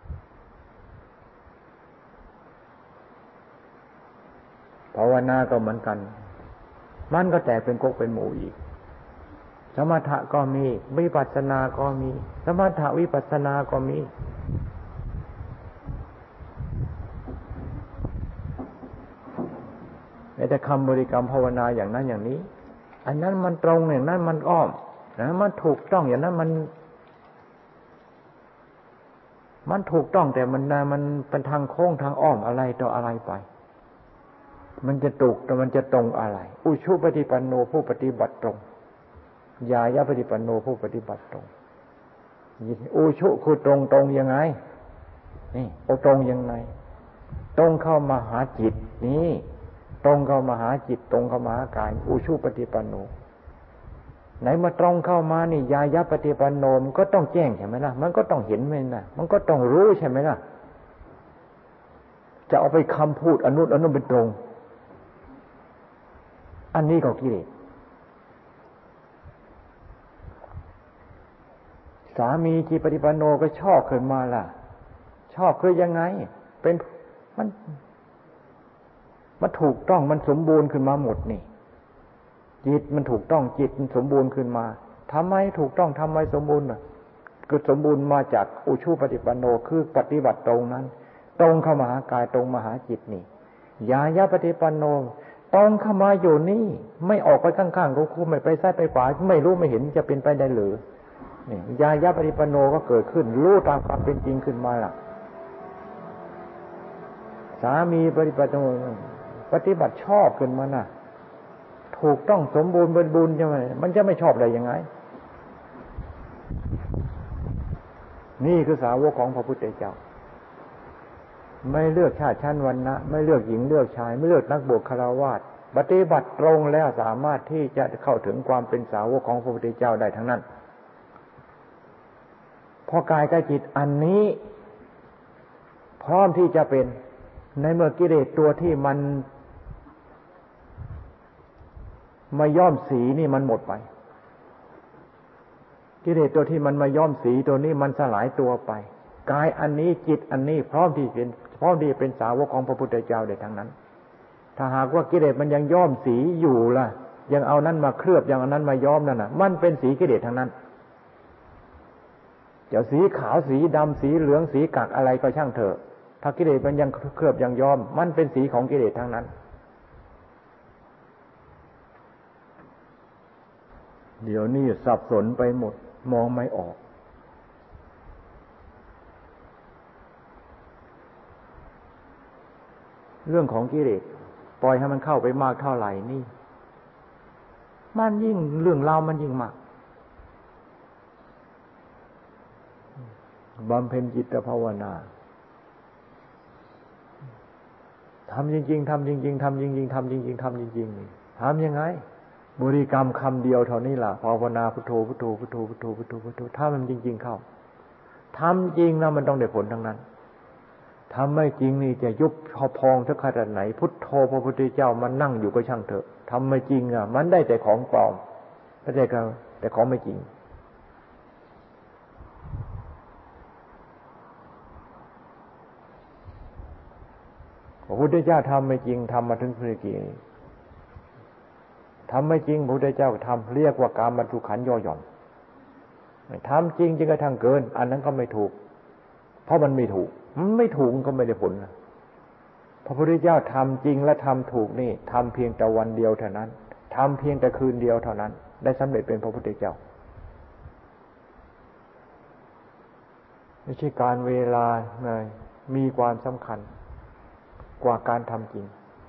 ภาวนาก็เหมือนกันมันก็แตกเป็นก๊กเป็นหมูอีกสมถะก็มีวิปัสสนาก็มีสมถะวิปัสสนาก็มีแต่คำบริกรรมภาวนาอย่างนั้นอย่างนี้อันนั้นมันตรงอย่างนั้นมันอ้อมนะมันถูกต้องอย่างนั้นมันถูกต้องแต่มันเป็นทางโค้งทางอ้อมอะไรต่ออะไรไปมันจะถูกแต่มันจะตรงอะไรอุชุปฏิปันโนผู้ปฏิบัติตรงญายะปฏิปันโนผู้ปฏิบัติตรงอุชุคือตรงยังไงนี่ตรงยังไงตรงเข้ามาหาจิตนี่ตรงเข้ามาหาจิตตรงเข้ามาหากายอุชุปฏิปันโนไหนมาตรงเข้ามานี่ญายะปฏิปันโนมันก็ต้องแจ้งใช่ไหมล่ะมันก็ต้องเห็นไหมนะมันก็ต้องรู้ใช่ไหมล่ะจะเอาไปคำพูดอนุเป็นตรงอันนี้ก็กิเลสสามีจิปฏิปันโนก็ชอบขึ้นมาล่ะชอบคือยังไงเป็นมันถูกต้องมันสมบูรณ์ขึ้นมาหมดนี่จิตมันถูกต้องจิตมันสมบูรณ์ขึ้นมาทำไมถูกต้องทำไมสมบูรณ์น่ะคือสมบูรณ์มาจากอุชุปฏิปันโนคือปฏิบัติตรงนั้นตรงเข้ามาหากายตรงมาหาจิตนี่ญายะปฏิปันโนตรงเข้ามาอยู่นี่ไม่ออกไปข้างๆก็คู่ไม่ไปซ้ายไปขวาไม่รู้ไม่เห็นจะเป็นไปได้หรือนี่ญายะปฏิปันโนก็เกิดขึ้นรู้ตามความเป็นจริงขึ้นมาล่ะสามีปฏิบัติชอบขึ้นมาน่ะถูกต้องสมบูรณ์บริบูรณ์ใช่ไหมมันจะไม่ชอบได้ยังไงนี่คือสาวกของพระพุทธเจ้าไม่เลือกชาติชั้นวรรณะไม่เลือกหญิงเลือกชายไม่เลือกนักบวชฆราวาสปฏิบัติตรงแล้วสามารถที่จะเข้าถึงความเป็นสาวกของพระพุทธเจ้าได้ทั้งนั้นพอกายกับจิตอันนี้พร้อมที่จะเป็นในเมื่อกิเลสตัวที่มันมาย้อมสีนี่มันหมดไปกิเลสตัวที่มันมาย้อมสีตัวนี้มันสลายตัวไปกายอันนี้จิตอันนี้พร้อมที่เป็นสาวกของพระพุทธเจ้าได้ทั้งนั้นถ้าหากว่ากิเลสมันยังย้อมสีอยู่ล่ะยังเอานั้นมาเคลือบยังเอานั้นมาย้อมนั่นน่ะมันเป็นสีกิเลสทั้งนั้นจะสีขาวสีดำสีเหลืองสีกักอะไรก็ช่างเถอะถ้ากิเลสมันยังเคลือบยังย้อมมันเป็นสีของกิเลสทั้งนั้นเดี๋ยวนี้สับสนไปหมดมองไม่ออกเรื่องของกิเลสปล่อยให้มันเข้าไปมากเท่าไหร่นี่มันยิ่งเรื่องราวมันยิ่งมากบำเพ็ญจิตภาวนาทำจริงๆทำจริงๆทำจริงๆทำจริงๆทำจริงๆทำยังไงบริกรรมคำเดียวเท่านี้ล่ะภาวนาพุทโธพุทโธพุทโธพุทโธพุทโธพุทโธถ้ามันจริงๆเข้าทำจริงแล้วมันต้องได้ผลทั้งนั้นทำไม่จริงนี่จะยุบพองสักขนาดไหนพุทโธพระพุทธเจ้ามันนั่งอยู่ก็ช่างเถอะทำไม่จริงอ่ะมันได้แต่ของปลอมไม่ได้แต่ของไม่จริงพระพุทธเจ้าทำไม่จริงทำมาถึงพื้นที่ทำไม่จริงพระพุทธเจ้าทำเรียกว่ากามทุกขันย่อหย่อนทำจริงจนกระทั่งเกินอันนั้นก็ไม่ถูกเพราะมันไม่ถูกไม่ถูกก็ไม่ได้ผลนะพระพุทธเจ้าทำจริงและทำถูกนี่ทำเพียงแต่วันเดียวเท่านั้นทำเพียงแต่คืนเดียวเท่านั้นได้สำเร็จเป็นพระพุทธเจ้าไม่ใช่การเวลาเลยมีความสำคัญกว่าการทำจริง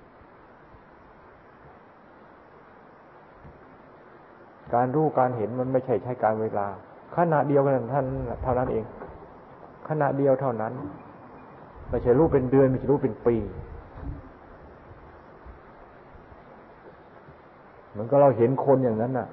การรู้การเห็นมันไม่ใช่ใช้การเวลาขณะเดียวกันท่านเท่านั้นเองขณะเดียวเท่านั้นไม่ใช่รู้เป็นเดือนไม่ใช่รู้เป็นปีเหมือนก็เราเห็นคนอย่างนั้นน่ะ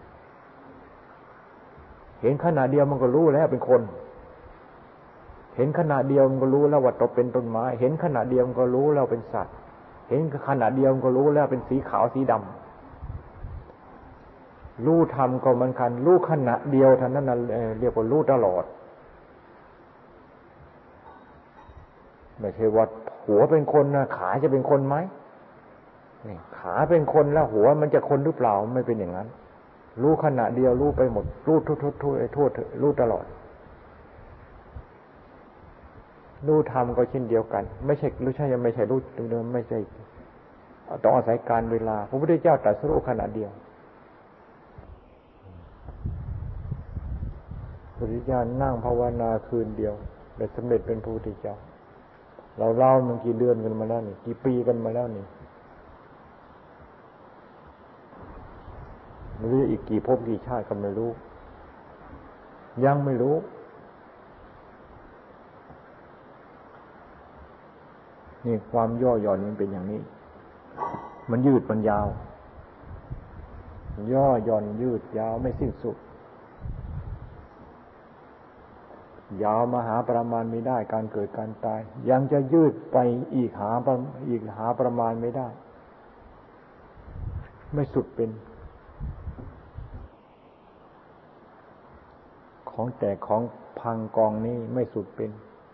เห็นขณะเดียวมันก็รู้แล้วเป็นคนเห็นขณะเดียวมันก็รู้แล้วว่าตกเป็นต้นไม้เห็นขณะเดียวมันก็รู้แล้วเป็นสัตว์เห็นขณะเดียวมันก็รู้แล้วเป็นสีขาวสีดำรู้ธรรมก็เหมือนกันรู้ขณะเดียวเท่านั้นเรียกว่ารู้ตลอดไม่ใช่ว่าหัวเป็นคนนะขาจะเป็นคนไหมนี่ขาเป็นคนแล้วหัวมันจะคนหรือเปล่าไม่เป็นอย่างนั้นรู้ขณะเดียวรู้ไปหมดรู้ทั่วรู้ตลอดรู้ธรรมก็เช่นเดียวกันไม่ใช่รู้ใช่ยังไม่ใช่รู้ไม่ใช่ต้องอาศัยการเวลาพระพุทธเจ้าตรัสรู้ขณะเดียวพุทธเจ้านั่งภาวนาคืนเดียวได้สำเร็จเป็นพระพุทธเจ้าเราเล่ามันกี่เดือนกันมาแล้วนี่กี่ปีกันมาแล้วนี่ไม่รู้อีกกี่ภพกี่ชาติก็ไม่รู้ยังไม่รู้นี่ความย่อหย่อนมันเป็นอย่างนี้มันยืดมันยาวย่อหย่อนยืดยาวไม่สิ้นสุดยาวมาหาประมาณไม่ได้การเกิดการตายยังจะยืดไปอีกหาประมาณไม่ได้ไม่สุดเป็นของแต่ของพังกองนี้ไม่สุดเป็น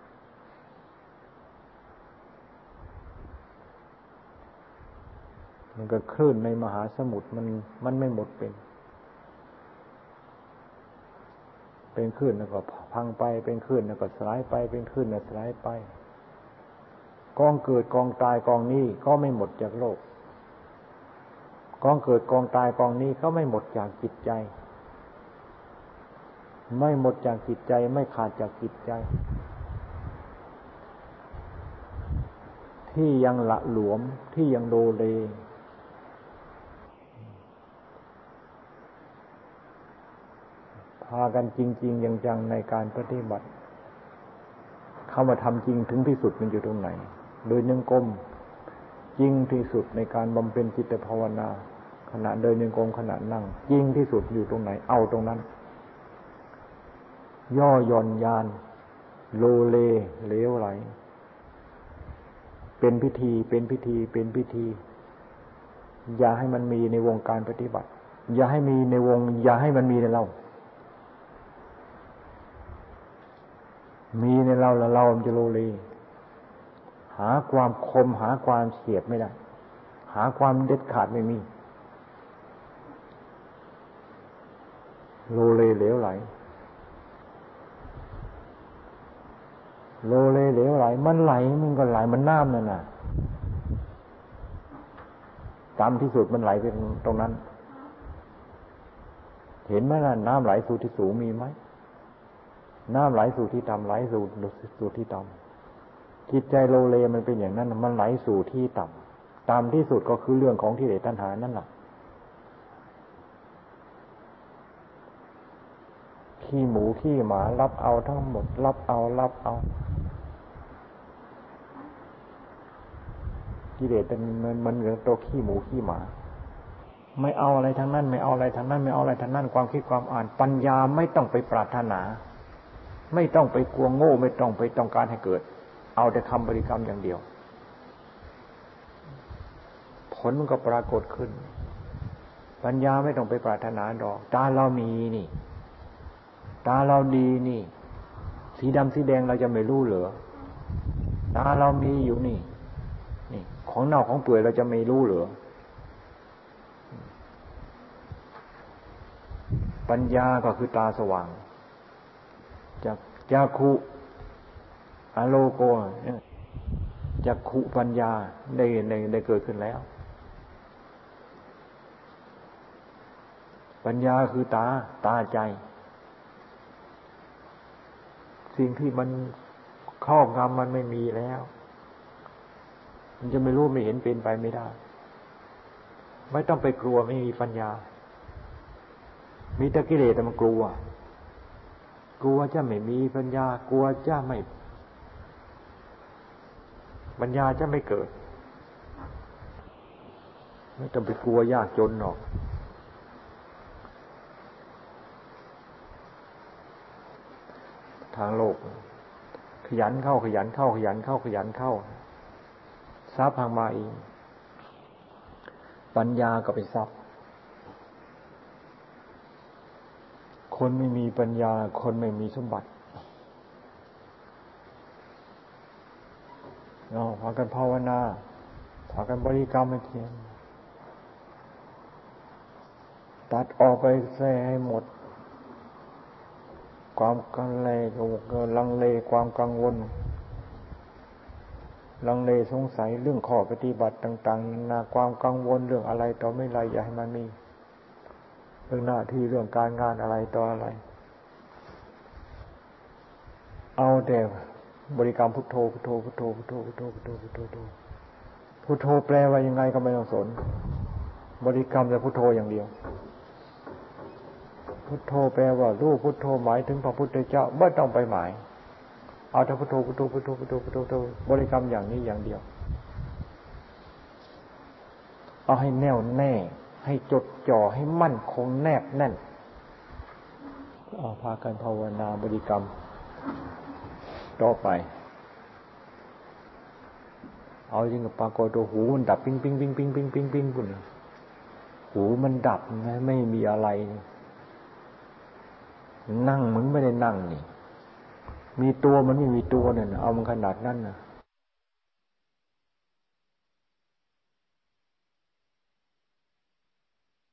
มันก็คลื่นในมหาสมุทรมันไม่หมดเป็นคลื่นแล้วก็พังไปเป็นคลื่นแล้วก็สลายไปเป็นคลื่นแล้วสลายไปกองเกิดกองตายกองนี้ก็ไม่หมดจากโลกกองเกิดกองตายกองนี้ก็ไม่หมดจากจิตใจไม่หมดจากจิตใจไม่ขาดจากจิตใจที่ยังละหลวมที่ยังโลเลพากันจริงๆจังๆในการปฏิบัติเข้ามาทำจริงถึงที่สุดมันอยู่ตรงไหนโดยยังกลมจริงที่สุดในการบำเพ็ญจิตภาวนาขณะเดินยังกลมขณะนั่งจริงที่สุดอยู่ตรงไหนเอาตรงนั้นย่อหย่อนยานโลเลเหลวไหลเป็นพิธีอย่าให้มันมีในวงการปฏิบัติอย่าให้มีในวงอย่าให้มันมีในเรามีในเราแล้วเราจะโลเลหาความคมหาความเฉียบไม่ได้หาความเด็ดขาดไม่มีโลเลเหลวไหลโลเลเหลวไหลมันไหลมันก็ไหลมันน้ำนั่นน่ะต่ำที่สุดมันไหลไปตรงนั้นเห็นไหมล่ะน้ำไหลสู่ที่สูงมีไหมน้ำไหลสู่ที่ต่ำไหลสู่ที่ต่ำจิตใจโลเลมันเป็นอย่างนั้นมันไหลสู่ที่ต่ำที่สุดก็คือเรื่องของกิเลสตัณหานั่นแหละขี้หมูขี้หมารับเอาทั้งหมดรับเอากิเลสมันเหมือนตัวขี้หมูขี้หมาไม่เอาอะไรทั้งนั้นไม่เอาอะไรทั้งนั้นไม่เอาอะไรทั้งนั้นความคิดความอ่านปัญญาไม่ต้องไปปรารถนาไม่ต้องไปกลัวโง่ไม่ต้องไปต้องการให้เกิดเอาแต่คำบริกรรมอย่างเดียวผลมันก็ปรากฏขึ้นปัญญาไม่ต้องไปปรารถนาดอกตาเรามีนี่ตาเราดีนี่สีดำสีแดงเราจะไม่รู้เหรอตาเรามีอยู่นี่ของเน่าของเปื่อยเราจะไม่รู้เหรอปัญญาก็คือตาสว่างจักขุอโลโกจักขุปัญญาได้เกิดขึ้นแล้วปัญญาคือตาใจสิ่งที่มันครอบงำมันไม่มีแล้วมันจะไม่รู้ไม่เห็นเป็นไปไม่ได้ไม่ต้องไปกลัวไม่มีปัญญามีแต่กิเลสแต่มันกลัวจะไม่มีปัญญากลัวจะไม่ปัญญาจะไม่เกิดไม่ต้องไปกลัวยากจนหรอกทางโลกขยันเข้าทรัพย์พังมาเองปัญญาก็เป็นทรัพย์คนไม่มีปัญญาคนไม่มีสมบัติพากันภาวนาพากันบริกรรมให้เพียรตัดออกไปแท้ให้หมดความลังเลความกังวลลังเลสงสัยเรื่องข้อปฏิบัติต่างๆนานาความกังวลเรื่องอะไรต่อไม่ไรอย่าให้มันมีเรื่องหน้าที่เรื่องการงานอะไรต่ออะไรเอาแต่บริกรรมพุทโธพุทโธพุทโธพุทโธพุทโธพุทโธพุทโธพุทโธแปลว่ายังไงก็ไม่ต้องสนบริกรรมแต่พุทโธอย่างเดียวพุทโธแปลว่ารู้พุทโธหมายถึงพระพุทธเจ้าไม่ต้องไปหมายเอาแต่พุทโธพุทโธพุทโธพุทโธพุทโธบริกรรมอย่างนี้อย่างเดียวเอาให้แน่วแน่ให้จดจ่อให้มั่นคงแนบแน่นพากันภาวนาบริกรรมต่อไปเอาจริงกับปากตัวหูมันดับปิ้งปิ้งปิ้งปิ้งปิ้งปิ้งปิ้งปุ่นหูมันดับไงไม่มีอะไรนั่งเหมือนไม่ได้นั่งนี่มีตัวมันไม่มีตัวเนี่ยเอามันขนาดนั้นนะ